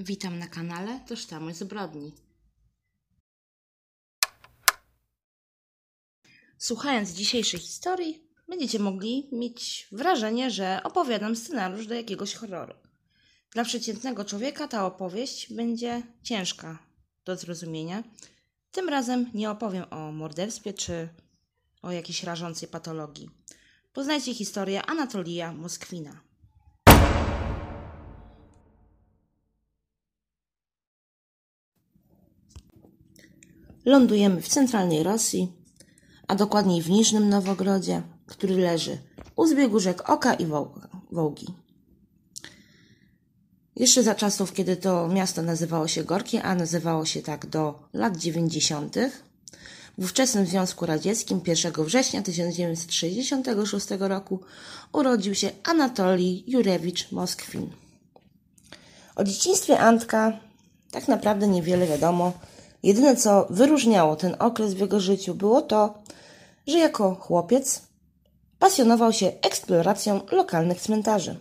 Witam na kanale Tożsamość Zbrodni. Słuchając dzisiejszej historii, będziecie mogli mieć wrażenie, że opowiadam scenariusz do jakiegoś horroru. Dla przeciętnego człowieka ta opowieść będzie ciężka do zrozumienia. Tym razem nie opowiem o morderstwie czy o jakiejś rażącej patologii. Poznajcie historię Anatolija Moskwina. Lądujemy w centralnej Rosji, a dokładniej w Niżnym Nowogrodzie, który leży u zbiegu rzek Oka i Wołgi. Jeszcze za czasów, kiedy to miasto nazywało się Gorkie, a nazywało się tak do lat 90., w ówczesnym Związku Radzieckim 1 września 1966 roku urodził się Anatolij Jurewicz Moskwin. O dzieciństwie Antka tak naprawdę niewiele wiadomo. Jedyne, co wyróżniało ten okres w jego życiu, było to, że jako chłopiec pasjonował się eksploracją lokalnych cmentarzy.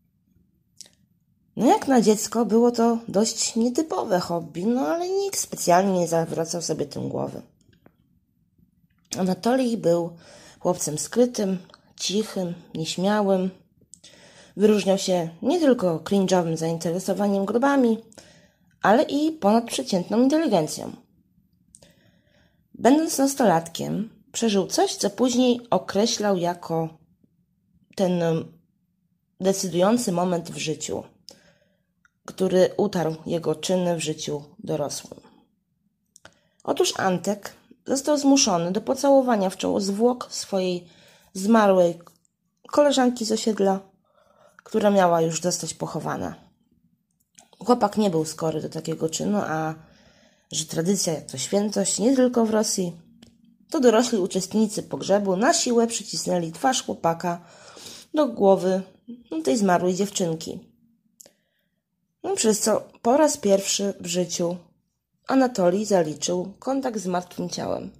No jak na dziecko było to dość nietypowe hobby, ale nikt specjalnie nie zawracał sobie tym głowy. Anatolij był chłopcem skrytym, cichym, nieśmiałym. Wyróżniał się nie tylko cringe'owym zainteresowaniem grobami, ale i ponadprzeciętną inteligencją. Będąc nastolatkiem, przeżył coś, co później określał jako ten decydujący moment w życiu, który utarł jego czyny w życiu dorosłym. Otóż Antek został zmuszony do pocałowania w czoło zwłok swojej zmarłej koleżanki z osiedla, która miała już zostać pochowana. Chłopak nie był skory do takiego czynu, a że tradycja to świętość nie tylko w Rosji, to dorośli uczestnicy pogrzebu na siłę przycisnęli twarz chłopaka do głowy tej zmarłej dziewczynki. Przez co po raz pierwszy w życiu Anatolij zaliczył kontakt z martwym ciałem.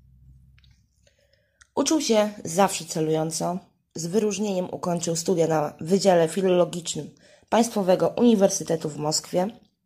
Uczył się zawsze celująco. Z wyróżnieniem ukończył studia na Wydziale Filologicznym Państwowego Uniwersytetu w Moskwie.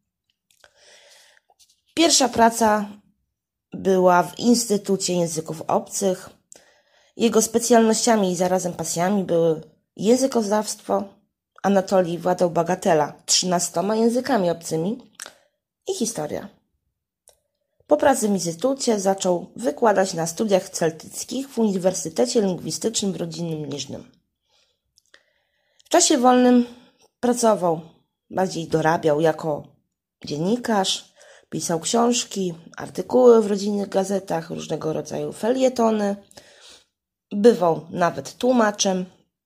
Pierwsza praca była w Instytucie Języków Obcych. Jego specjalnościami i zarazem pasjami były językoznawstwo. Anatolij władał bagatela 13 językami obcymi i historia. Po pracy w instytucie zaczął wykładać na studiach celtyckich w Uniwersytecie Lingwistycznym w rodzinnym Niżnym. W czasie wolnym pracował, bardziej dorabiał jako dziennikarz, pisał książki, artykuły w rodzinnych gazetach, różnego rodzaju felietony. Bywał nawet tłumaczem.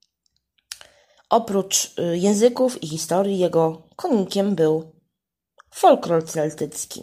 Oprócz języków i historii jego konikiem był folklor celtycki.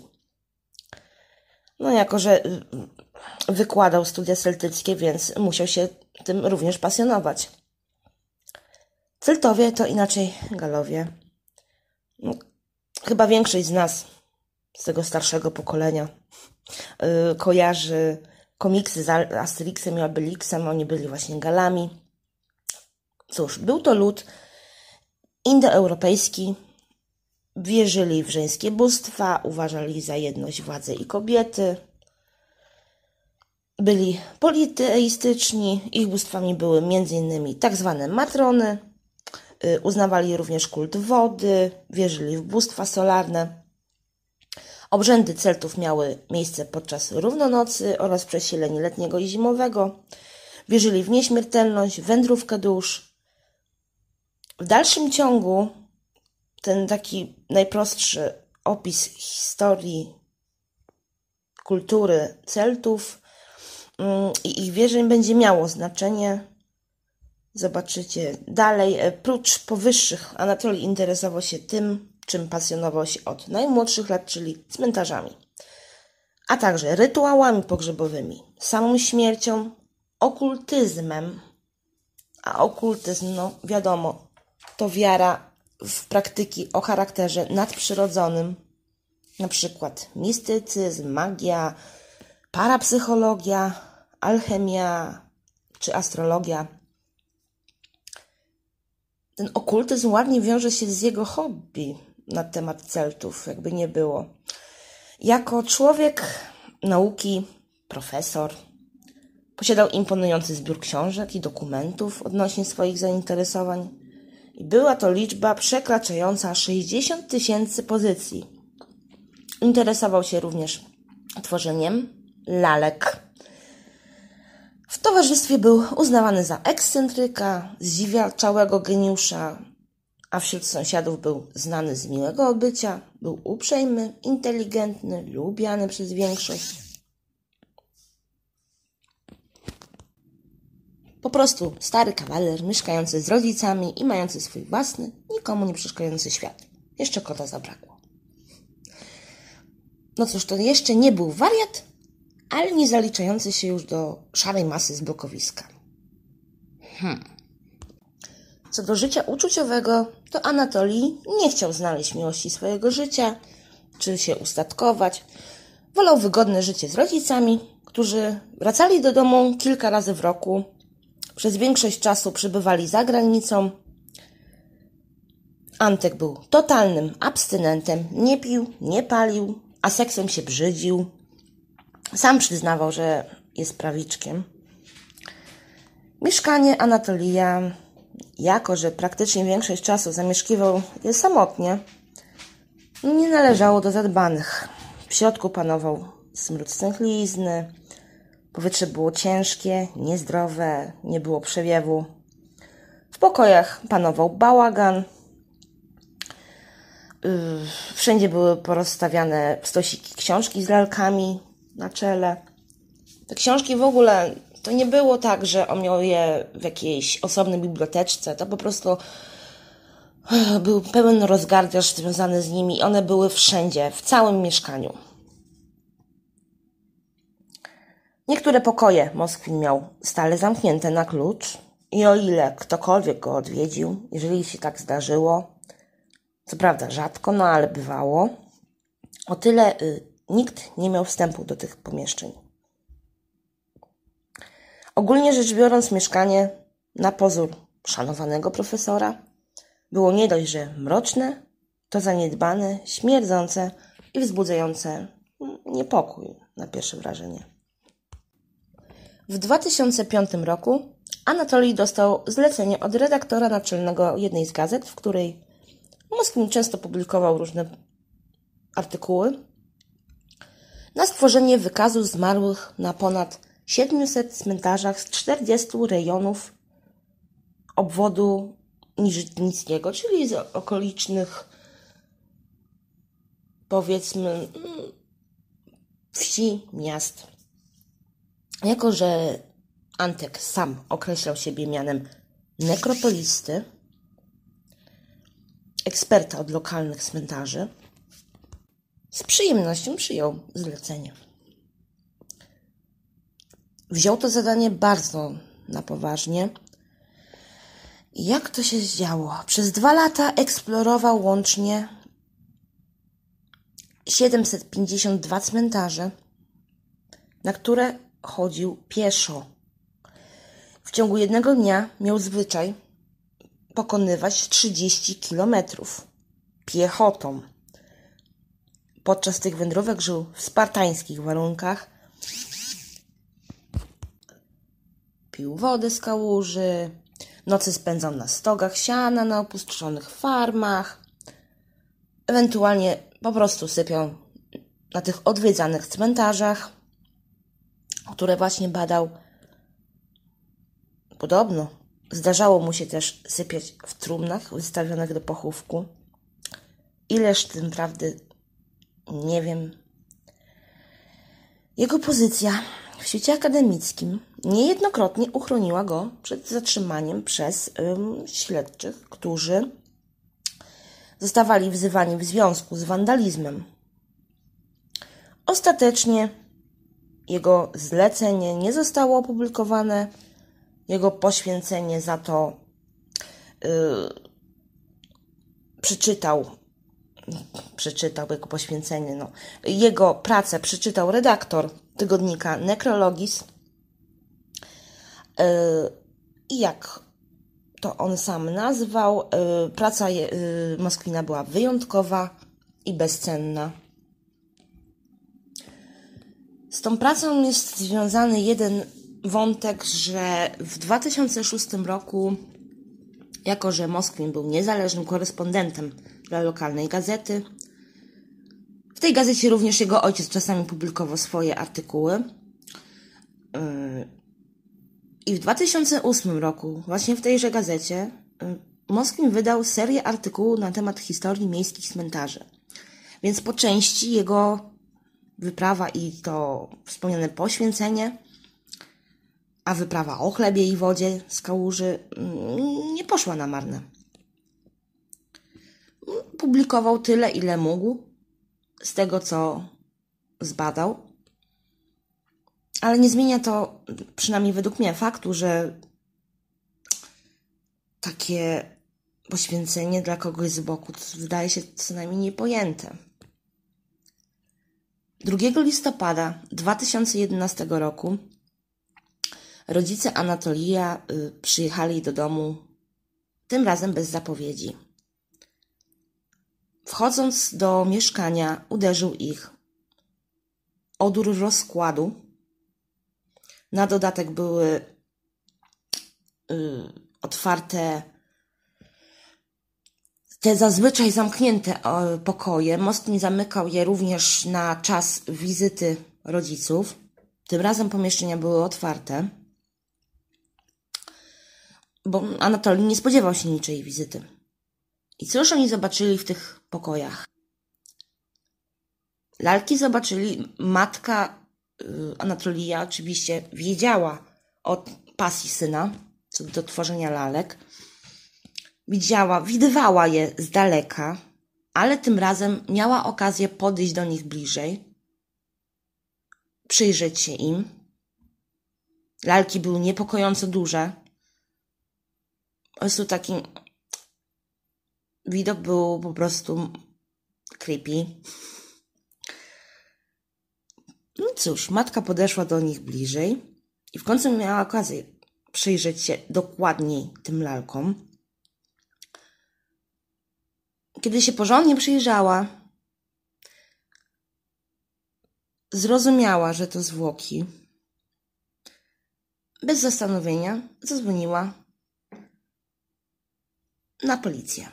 Jako że wykładał studia celtyckie, więc musiał się tym również pasjonować. Celtowie to inaczej Galowie. Chyba większość z nas, z tego starszego pokolenia, kojarzy komiksy z Asterixem i Obelixem. Oni byli właśnie Galami. Cóż, był to lud indoeuropejski. Wierzyli w żeńskie bóstwa, uważali za jedność władzy i kobiety. Byli politeistyczni. Ich bóstwami były m.in. tak zwane matrony. Uznawali również kult wody, wierzyli w bóstwa solarne. Obrzędy Celtów miały miejsce podczas równonocy oraz przesileń letniego i zimowego. Wierzyli w nieśmiertelność, wędrówkę dusz. W dalszym ciągu ten taki najprostszy opis historii, kultury Celtów i ich wierzeń będzie miało znaczenie. Zobaczycie dalej. Prócz powyższych, Anatolij interesował się tym, czym pasjonował się od najmłodszych lat, czyli cmentarzami, a także rytuałami pogrzebowymi, samą śmiercią, okultyzmem. A okultyzm, wiadomo, to wiara w praktyki o charakterze nadprzyrodzonym, na przykład mistycyzm, magia, parapsychologia, alchemia czy astrologia. Ten okultyzm ładnie wiąże się z jego hobby, na temat Celtów, jakby nie było. Jako człowiek nauki, profesor, posiadał imponujący zbiór książek i dokumentów odnośnie swoich zainteresowań. I była to liczba przekraczająca 60 000 pozycji. Interesował się również tworzeniem lalek. W towarzystwie był uznawany za ekscentryka, zdziwiaczałego geniusza, a wśród sąsiadów był znany z miłego obycia, był uprzejmy, inteligentny, lubiany przez większość. Po prostu stary kawaler, mieszkający z rodzicami i mający swój własny, nikomu nie przeszkadzający świat. Jeszcze kota zabrakło. No cóż, to jeszcze nie był wariat, ale nie zaliczający się już do szarej masy z blokowiska. Co do życia uczuciowego, to Anatolij nie chciał znaleźć miłości swojego życia, czy się ustatkować. Wolał wygodne życie z rodzicami, którzy wracali do domu kilka razy w roku. Przez większość czasu przebywali za granicą. Antek był totalnym abstynentem, nie pił, nie palił, a seksem się brzydził. Sam przyznawał, że jest prawiczkiem. Mieszkanie Anatolija, jako że praktycznie większość czasu zamieszkiwał je samotnie, nie należało do zadbanych. W środku panował smród stęchlizny, powietrze było ciężkie, niezdrowe, nie było przewiewu. W pokojach panował bałagan. Wszędzie były porozstawiane stosiki książki z lalkami na czele. Te książki w ogóle to nie było tak, że on miał je w jakiejś osobnej biblioteczce. To po prostu był pełen rozgardiasz związany z nimi. One były wszędzie, w całym mieszkaniu. Niektóre pokoje Moskwin miał stale zamknięte na klucz i o ile ktokolwiek go odwiedził, jeżeli się tak zdarzyło, co prawda rzadko, no ale bywało, o tyle nikt nie miał wstępu do tych pomieszczeń. Ogólnie rzecz biorąc, mieszkanie na pozór szanowanego profesora było nie dość, że mroczne, to zaniedbane, śmierdzące i wzbudzające niepokój na pierwsze wrażenie. W 2005 roku Anatolij dostał zlecenie od redaktora naczelnego jednej z gazet, w której Moskwin często publikował różne artykuły, na stworzenie wykazu zmarłych na ponad 700 cmentarzach z 40 rejonów obwodu Niżytnickiego, czyli z okolicznych, powiedzmy, wsi, miast. Jako że Antek sam określał siebie mianem nekropolisty, eksperta od lokalnych cmentarzy, z przyjemnością przyjął zlecenie. Wziął to zadanie bardzo na poważnie. Jak to się zdziało? Przez 2 lata eksplorował łącznie 752 cmentarze, na które chodził pieszo. W ciągu jednego dnia miał zwyczaj pokonywać 30 kilometrów piechotą. Podczas tych wędrówek żył w spartańskich warunkach. Pił wodę z kałuży, nocy spędzał na stogach siana, na opuszczonych farmach. Ewentualnie po prostu sypiał na tych odwiedzanych cmentarzach, które właśnie badał. Podobno zdarzało mu się też sypiać w trumnach wystawionych do pochówku. Ileż tym prawdy, nie wiem. Jego pozycja w świecie akademickim niejednokrotnie uchroniła go przed zatrzymaniem przez śledczych, którzy zostawali wzywani w związku z wandalizmem. Ostatecznie jego zlecenie nie zostało opublikowane. Jego poświęcenie za to przeczytał jego poświęcenie, jego pracę przeczytał redaktor tygodnika Necrologis i jak to on sam nazwał. Praca Moskwina była wyjątkowa i bezcenna. Z tą pracą jest związany jeden wątek, że w 2006 roku, jako że Moskwin był niezależnym korespondentem dla lokalnej gazety, w tej gazecie również jego ojciec czasami publikował swoje artykuły. I w 2008 roku, właśnie w tejże gazecie, Moskwin wydał serię artykułów na temat historii miejskich cmentarzy. Więc po części jego wyprawa i to wspomniane poświęcenie, a wyprawa o chlebie i wodzie z kałuży nie poszła na marne. Publikował tyle, ile mógł z tego, co zbadał, ale nie zmienia to, przynajmniej według mnie, faktu, że takie poświęcenie dla kogoś z boku wydaje się co najmniej niepojęte. 2 listopada 2011 roku rodzice Anatolija przyjechali do domu, tym razem bez zapowiedzi. Wchodząc do mieszkania, uderzył ich odór rozkładu. Na dodatek były otwarte te zazwyczaj zamknięte pokoje. Moskwin zamykał je również na czas wizyty rodziców. Tym razem pomieszczenia były otwarte, bo Anatolij nie spodziewał się niczej wizyty. I cóż oni zobaczyli w tych pokojach? Lalki zobaczyli. Matka Anatolija oczywiście wiedziała o pasji syna co do tworzenia lalek. Widywała je z daleka, ale tym razem miała okazję podejść do nich bliżej, przyjrzeć się im. Lalki były niepokojąco duże. Po prostu taki widok był po prostu creepy. No cóż, matka podeszła do nich bliżej i w końcu miała okazję przyjrzeć się dokładniej tym lalkom. Kiedy się porządnie przyjrzała, zrozumiała, że to zwłoki. Bez zastanowienia zadzwoniła na policję.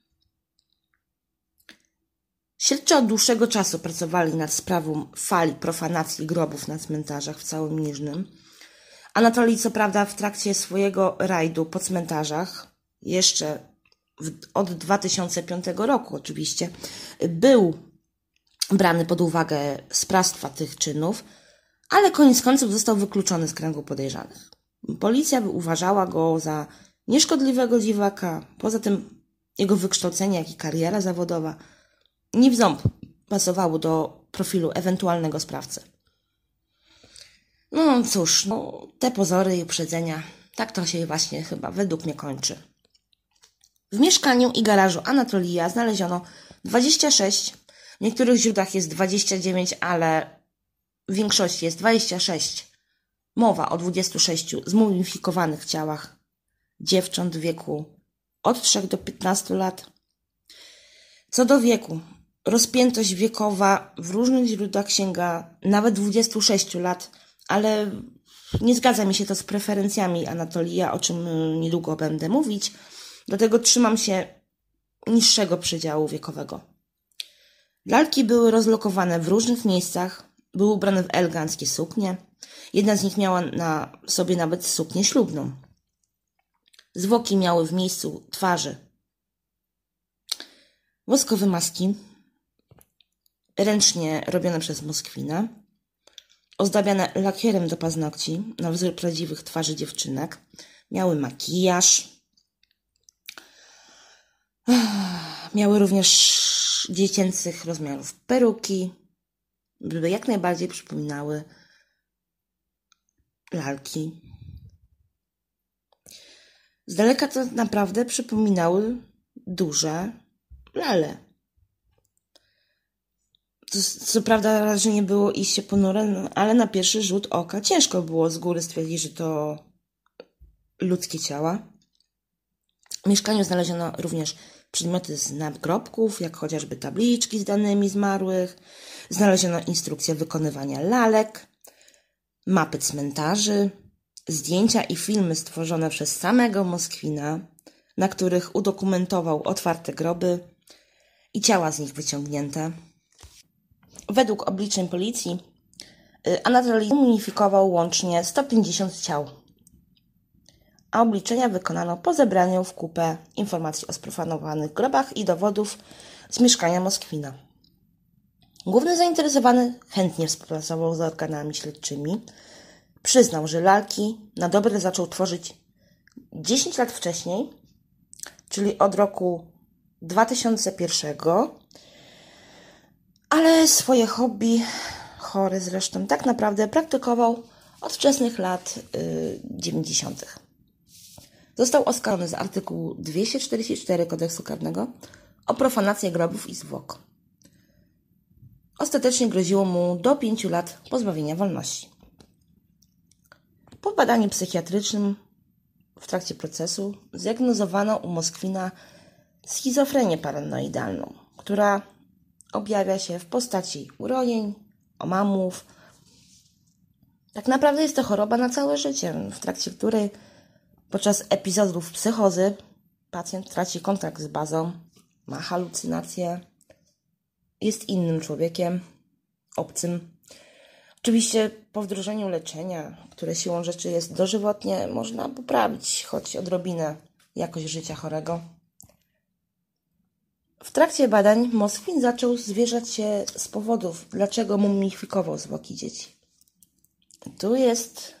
Śledczy od dłuższego czasu pracowali nad sprawą fali profanacji grobów na cmentarzach w całym Niżnym. Anatolij, co prawda, w trakcie swojego rajdu po cmentarzach, jeszcze od 2005 roku oczywiście, był brany pod uwagę sprawstwa tych czynów, ale koniec końców został wykluczony z kręgu podejrzanych. Policja uważała go za nieszkodliwego dziwaka. Poza tym jego wykształcenie, jak i kariera zawodowa nie w ząb pasowało do profilu ewentualnego sprawcy. No cóż, te pozory i uprzedzenia, tak to się właśnie chyba według mnie kończy. W mieszkaniu i garażu Anatolija znaleziono 26, w niektórych źródłach jest 29, ale w większości jest 26. Mowa o 26 zmumifikowanych ciałach dziewcząt w wieku od 3 do 15 lat. Co do wieku, rozpiętość wiekowa w różnych źródłach sięga nawet 26 lat, ale nie zgadza mi się to z preferencjami Anatolija, o czym niedługo będę mówić, dlatego trzymam się niższego przedziału wiekowego. Lalki były rozlokowane w różnych miejscach, były ubrane w eleganckie suknie. Jedna z nich miała na sobie nawet suknię ślubną. Zwłoki miały w miejscu twarzy woskowe maski, ręcznie robione przez Moskwina, ozdabiane lakierem do paznokci na wzór prawdziwych twarzy dziewczynek. Miały makijaż. Miały również dziecięcych rozmiarów peruki, by jak najbardziej przypominały lalki. Z daleka to naprawdę przypominały duże lale. Co prawda wrażenie było iście ponure, ale na pierwszy rzut oka ciężko było z góry stwierdzić, że to ludzkie ciała. W mieszkaniu znaleziono również przedmioty z nagrobków, jak chociażby tabliczki z danymi zmarłych. Znaleziono instrukcje wykonywania lalek, mapy cmentarzy, zdjęcia i filmy stworzone przez samego Moskwina, na których udokumentował otwarte groby i ciała z nich wyciągnięte. Według obliczeń policji Anatolij mumifikował łącznie 150 ciał, a obliczenia wykonano po zebraniu w kupę informacji o sprofanowanych grobach i dowodów z mieszkania Moskwina. Główny zainteresowany chętnie współpracował z organami śledczymi. Przyznał, że lalki na dobre zaczął tworzyć 10 lat wcześniej, czyli od roku 2001, ale swoje hobby, chory zresztą, tak naprawdę praktykował od wczesnych lat 90. Został oskarżony z artykułu 244 Kodeksu Karnego o profanację grobów i zwłok. Ostatecznie groziło mu do 5 lat pozbawienia wolności. Po badaniu psychiatrycznym w trakcie procesu zdiagnozowano u Moskwina schizofrenię paranoidalną, która objawia się w postaci urojeń, omamów. Tak naprawdę jest to choroba na całe życie, w trakcie której podczas epizodów psychozy pacjent traci kontakt z bazą, ma halucynacje, jest innym człowiekiem, obcym. Oczywiście po wdrożeniu leczenia, które siłą rzeczy jest dożywotnie, można poprawić choć odrobinę jakość życia chorego. W trakcie badań Moskwin zaczął zwierzać się z powodów, dlaczego mumifikował zwłoki dzieci. Tu jest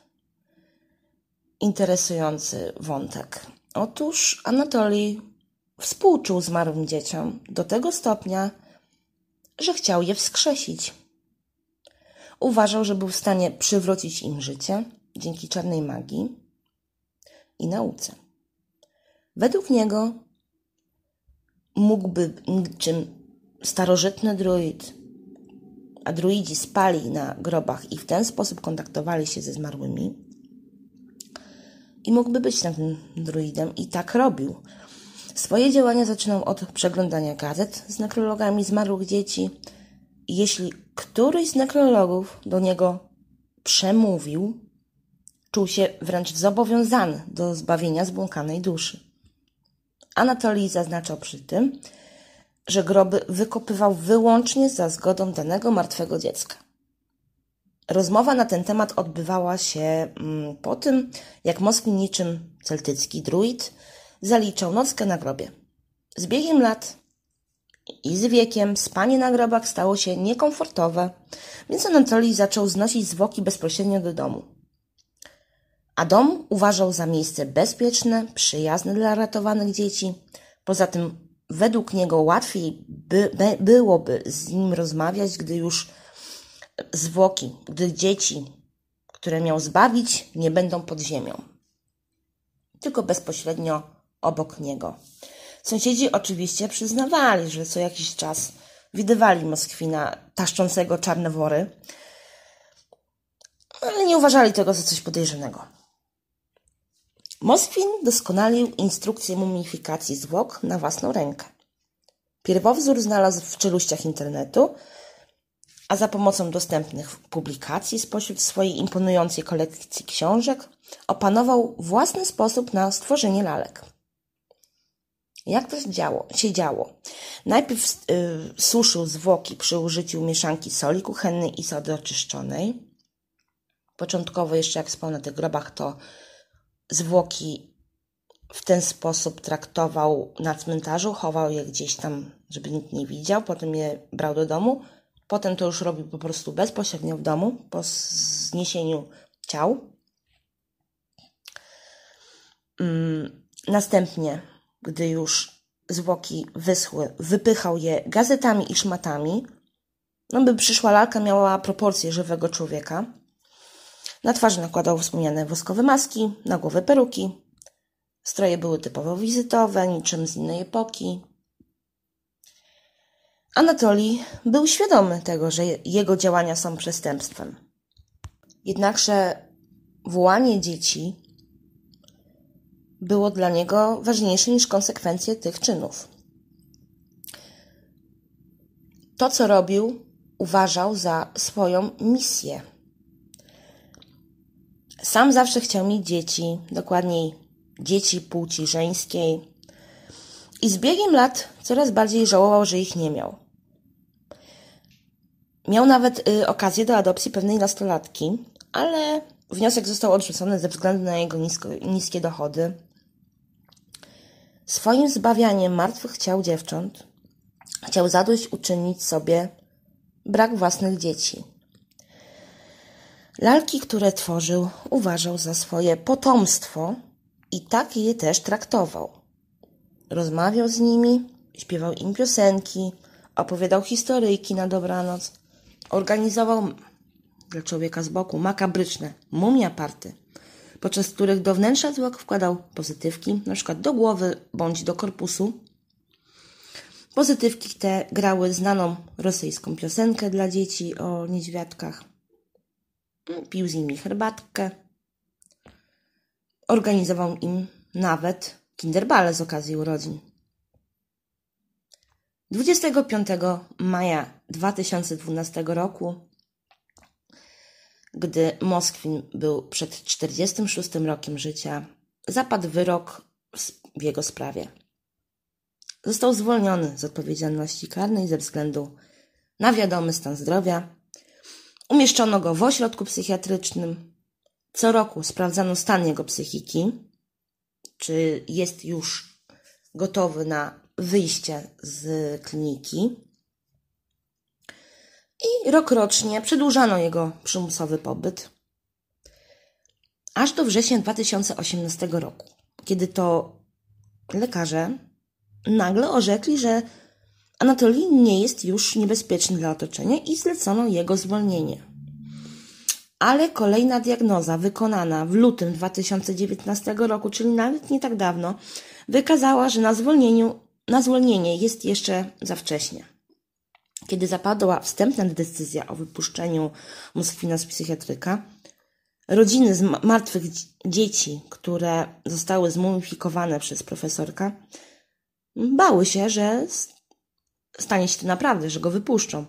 interesujący wątek. Otóż Anatolij współczuł zmarłym dzieciom do tego stopnia, że chciał je wskrzesić. Uważał, że był w stanie przywrócić im życie dzięki czarnej magii i nauce. Według niego mógłby niczym starożytny druid, a druidzi spali na grobach i w ten sposób kontaktowali się ze zmarłymi, i mógłby być takim druidem i tak robił. Swoje działania zaczynał od przeglądania gazet z nekrologami zmarłych dzieci. I jeśli któryś z nekrologów do niego przemówił, czuł się wręcz zobowiązany do zbawienia zbłąkanej duszy. Anatolij zaznaczał przy tym, że groby wykopywał wyłącznie za zgodą danego martwego dziecka. Rozmowa na ten temat odbywała się po tym, jak Moskwin niczym celtycki druid zaliczał nockę na grobie. Z biegiem lat i z wiekiem spanie na grobach stało się niekomfortowe, więc Anatolij zaczął znosić zwłoki bezpośrednio do domu. A dom uważał za miejsce bezpieczne, przyjazne dla ratowanych dzieci. Poza tym według niego łatwiej byłoby z nim rozmawiać, gdy dzieci, które miał zbawić, nie będą pod ziemią, tylko bezpośrednio obok niego. Sąsiedzi oczywiście przyznawali, że co jakiś czas widywali Moskwina taszczącego czarne wory, ale nie uważali tego za coś podejrzanego. Moskwin doskonalił instrukcję mumifikacji zwłok na własną rękę. Pierwowzór znalazł w czeluściach internetu, a za pomocą dostępnych publikacji spośród swojej imponującej kolekcji książek opanował własny sposób na stworzenie lalek. Jak to się działo? Najpierw suszył zwłoki przy użyciu mieszanki soli kuchennej i sody oczyszczonej. Początkowo jeszcze, jak wspomnę, na tych grobach, to zwłoki w ten sposób traktował na cmentarzu, chował je gdzieś tam, żeby nikt nie widział, potem je brał do domu. Potem to już robił po prostu bezpośrednio w domu, po zniesieniu ciał. Następnie, gdy już zwłoki wyschły, wypychał je gazetami i szmatami, by przyszła lalka miała proporcje żywego człowieka. Na twarzy nakładał wspomniane woskowe maski, na głowę peruki. Stroje były typowo wizytowe, niczym z innej epoki. Anatolij był świadomy tego, że jego działania są przestępstwem. Jednakże wołanie dzieci było dla niego ważniejsze niż konsekwencje tych czynów. To, co robił, uważał za swoją misję. Sam zawsze chciał mieć dzieci, dokładniej dzieci płci żeńskiej, i z biegiem lat coraz bardziej żałował, że ich nie miał. Miał nawet okazję do adopcji pewnej nastolatki, ale wniosek został odrzucony ze względu na jego niskie dochody. Swoim zbawianiem martwych ciał dziewcząt chciał zadośćuczynić sobie brak własnych dzieci. Lalki, które tworzył, uważał za swoje potomstwo i tak je też traktował. Rozmawiał z nimi, śpiewał im piosenki, opowiadał historyjki na dobranoc, organizował dla człowieka z boku makabryczne mumia-party, podczas których do wnętrza zwłok wkładał pozytywki, na przykład do głowy bądź do korpusu. Pozytywki te grały znaną rosyjską piosenkę dla dzieci o niedźwiadkach. Pił z nimi herbatkę. Organizował im nawet kinderbale z okazji urodzin. 25 maja 2012 roku, gdy Moskwin był przed 46 rokiem życia, zapadł wyrok w jego sprawie. Został zwolniony z odpowiedzialności karnej ze względu na wiadomy stan zdrowia. Umieszczono go w ośrodku psychiatrycznym. Co roku sprawdzano stan jego psychiki, czy jest już gotowy na wyjście z kliniki. I rokrocznie przedłużano jego przymusowy pobyt, aż do września 2018 roku, kiedy to lekarze nagle orzekli, że Anatolij nie jest już niebezpieczny dla otoczenia i zlecono jego zwolnienie. Ale kolejna diagnoza wykonana w lutym 2019 roku, czyli nawet nie tak dawno, wykazała, że na zwolnienie jest jeszcze za wcześnie. Kiedy zapadła wstępna decyzja o wypuszczeniu Moskwina z psychiatryka, rodziny z martwych dzieci, które zostały zmumifikowane przez profesorkę, bały się, że stanie się to naprawdę, że go wypuszczą.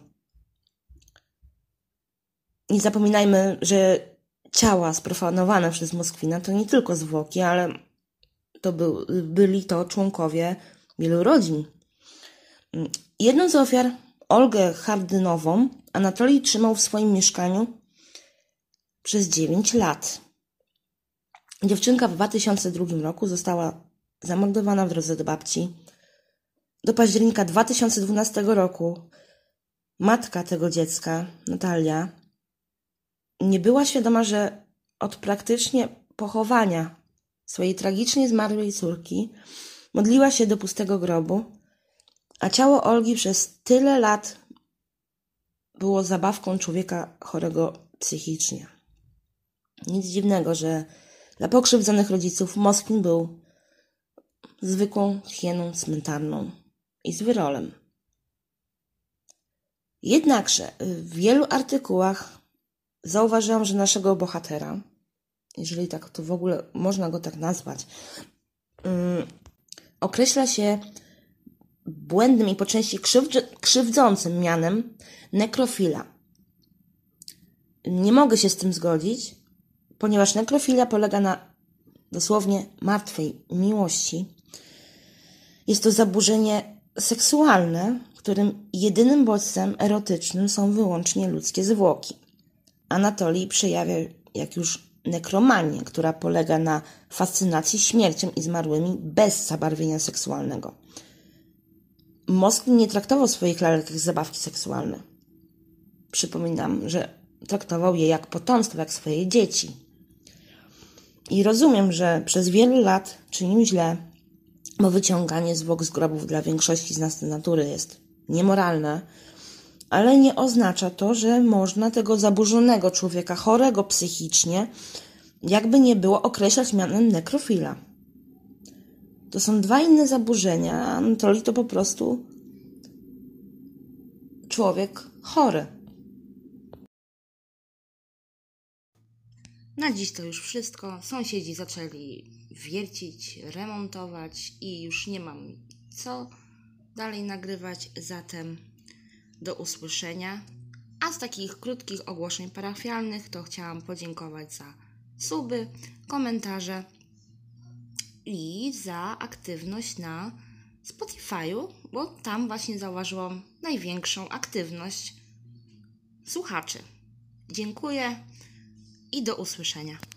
Nie zapominajmy, że ciała sprofanowane przez Moskwina to nie tylko zwłoki, ale byli to członkowie wielu rodzin. Jedną z ofiar, Olgę Hardynową, Anatolij trzymał w swoim mieszkaniu przez 9 lat. Dziewczynka w 2002 roku została zamordowana w drodze do babci. Do października 2012 roku matka tego dziecka, Natalia, nie była świadoma, że od praktycznie pochowania swojej tragicznie zmarłej córki modliła się do pustego grobu, a ciało Olgi przez tyle lat było zabawką człowieka chorego psychicznie. Nic dziwnego, że dla pokrzywdzonych rodziców Moskwin był zwykłą hieną cmentarną i zwyrolem. Jednakże w wielu artykułach zauważyłam, że naszego bohatera, jeżeli tak to w ogóle można go tak nazwać, określa się błędnym i po części krzywdzącym mianem nekrofila. Nie mogę się z tym zgodzić, ponieważ nekrofilia polega na dosłownie martwej miłości. Jest to zaburzenie seksualne, którym jedynym bodźcem erotycznym są wyłącznie ludzkie zwłoki. Anatolij przejawia jak już nekromanię, która polega na fascynacji śmiercią i zmarłymi bez zabarwienia seksualnego. Moskwin nie traktował swoich lalek jak zabawki seksualne. Przypominam, że traktował je jak potomstwo, jak swoje dzieci. I rozumiem, że przez wiele lat czynił źle, bo wyciąganie zwłok z grobów dla większości z nas natury jest niemoralne, ale nie oznacza to, że można tego zaburzonego człowieka, chorego psychicznie, jakby nie było, określać mianem nekrofila. To są dwa inne zaburzenia, a Anatolij to po prostu człowiek chory. Na dziś to już wszystko. Sąsiedzi zaczęli wiercić, remontować i już nie mam co dalej nagrywać, zatem do usłyszenia. A z takich krótkich ogłoszeń parafialnych to chciałam podziękować za suby, komentarze i za aktywność na Spotify'u, bo tam właśnie zauważyłam największą aktywność słuchaczy. Dziękuję i do usłyszenia.